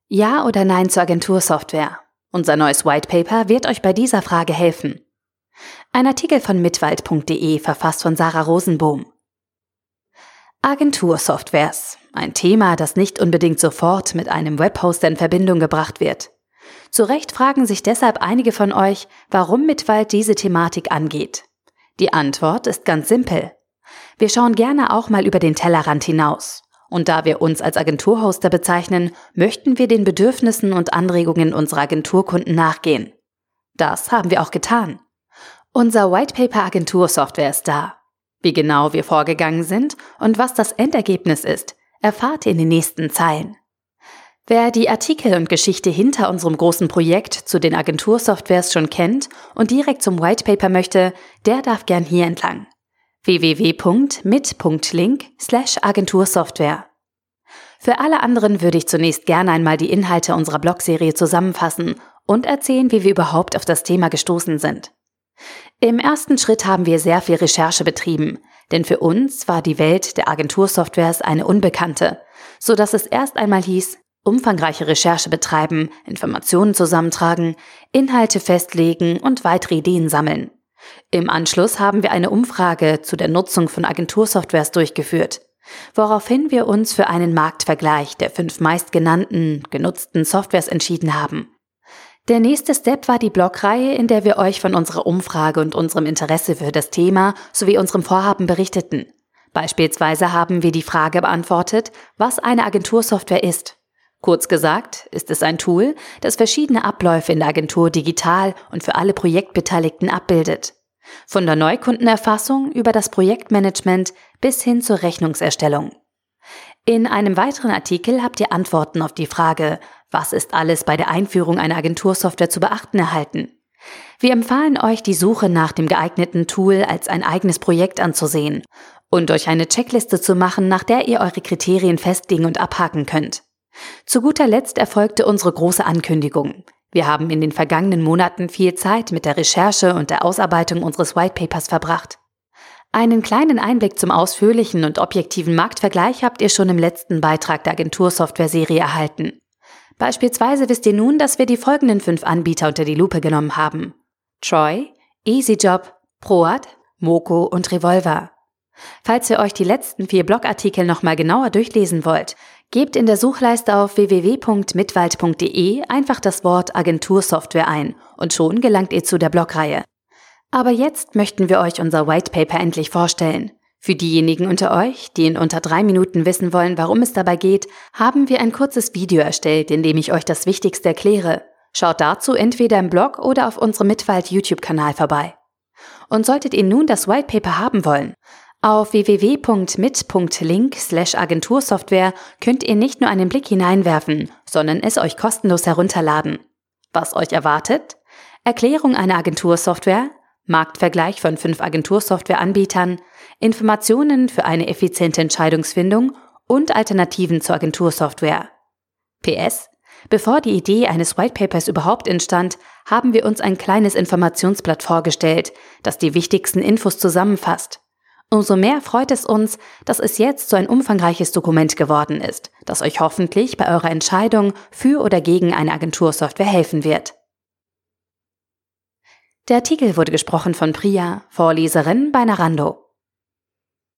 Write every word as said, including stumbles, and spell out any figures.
Ja oder Nein zur Agentursoftware? Unser neues White Paper wird euch bei dieser Frage helfen. Ein Artikel von mitwald punkt de, verfasst von Sarah Rosenbohm. Agentursoftwares. Ein Thema, das nicht unbedingt sofort mit einem Webhoster in Verbindung gebracht wird. Zu Recht fragen sich deshalb einige von euch, warum Mitwald diese Thematik angeht. Die Antwort ist ganz simpel. Wir schauen gerne auch mal über den Tellerrand hinaus. Und da wir uns als Agenturhoster bezeichnen, möchten wir den Bedürfnissen und Anregungen unserer Agenturkunden nachgehen. Das haben wir auch getan. Unser White Paper Agentursoftware ist da. Wie genau wir vorgegangen sind und was das Endergebnis ist, erfahrt ihr in den nächsten Zeilen. Wer die Artikel und Geschichte hinter unserem großen Projekt zu den Agentursoftwares schon kennt und direkt zum White Paper möchte, der darf gern hier entlang. w w w punkt mit punkt link slash agentursoftware. Für alle anderen würde ich zunächst gerne einmal die Inhalte unserer Blogserie zusammenfassen und erzählen, wie wir überhaupt auf das Thema gestoßen sind. Im ersten Schritt haben wir sehr viel Recherche betrieben, denn für uns war die Welt der Agentursoftwares eine Unbekannte, so dass es erst einmal hieß, umfangreiche Recherche betreiben, Informationen zusammentragen, Inhalte festlegen und weitere Ideen sammeln. Im Anschluss haben wir eine Umfrage zu der Nutzung von Agentursoftwares durchgeführt, woraufhin wir uns für einen Marktvergleich der fünf meistgenannten, genutzten Softwares entschieden haben. Der nächste Step war die Blogreihe, in der wir euch von unserer Umfrage und unserem Interesse für das Thema sowie unserem Vorhaben berichteten. Beispielsweise haben wir die Frage beantwortet, was eine Agentursoftware ist. Kurz gesagt, ist es ein Tool, das verschiedene Abläufe in der Agentur digital und für alle Projektbeteiligten abbildet. Von der Neukundenerfassung über das Projektmanagement bis hin zur Rechnungserstellung. In einem weiteren Artikel habt ihr Antworten auf die Frage, was ist alles bei der Einführung einer Agentursoftware zu beachten, erhalten. Wir empfahlen euch, die Suche nach dem geeigneten Tool als ein eigenes Projekt anzusehen und euch eine Checkliste zu machen, nach der ihr eure Kriterien festlegen und abhaken könnt. Zu guter Letzt erfolgte unsere große Ankündigung. Wir haben in den vergangenen Monaten viel Zeit mit der Recherche und der Ausarbeitung unseres White Papers verbracht. Einen kleinen Einblick zum ausführlichen und objektiven Marktvergleich habt ihr schon im letzten Beitrag der Agentursoftware-Serie erhalten. Beispielsweise wisst ihr nun, dass wir die folgenden fünf Anbieter unter die Lupe genommen haben: Troy, EasyJob, Proad, Moco und Revolver. Falls ihr euch die letzten vier Blogartikel nochmal genauer durchlesen wollt, gebt in der Suchleiste auf w w w punkt mitwald punkt de einfach das Wort Agentursoftware ein und schon gelangt ihr zu der Blogreihe. Aber jetzt möchten wir euch unser White Paper endlich vorstellen. Für diejenigen unter euch, die in unter drei Minuten wissen wollen, warum es dabei geht, haben wir ein kurzes Video erstellt, in dem ich euch das Wichtigste erkläre. Schaut dazu entweder im Blog oder auf unserem Mitwald YouTube-Kanal vorbei. Und solltet ihr nun das White Paper haben wollen, auf w w w punkt mit punkt link slash agentursoftware könnt ihr nicht nur einen Blick hineinwerfen, sondern es euch kostenlos herunterladen. Was euch erwartet? Erklärung einer Agentursoftware, Marktvergleich von fünf Agentursoftwareanbietern, Informationen für eine effiziente Entscheidungsfindung und Alternativen zur Agentursoftware. P S. Bevor die Idee eines White Papers überhaupt entstand, haben wir uns ein kleines Informationsblatt vorgestellt, das die wichtigsten Infos zusammenfasst. Umso mehr freut es uns, dass es jetzt so ein umfangreiches Dokument geworden ist, das euch hoffentlich bei eurer Entscheidung für oder gegen eine Agentursoftware helfen wird. Der Artikel wurde gesprochen von Priya, Vorleserin bei Narando.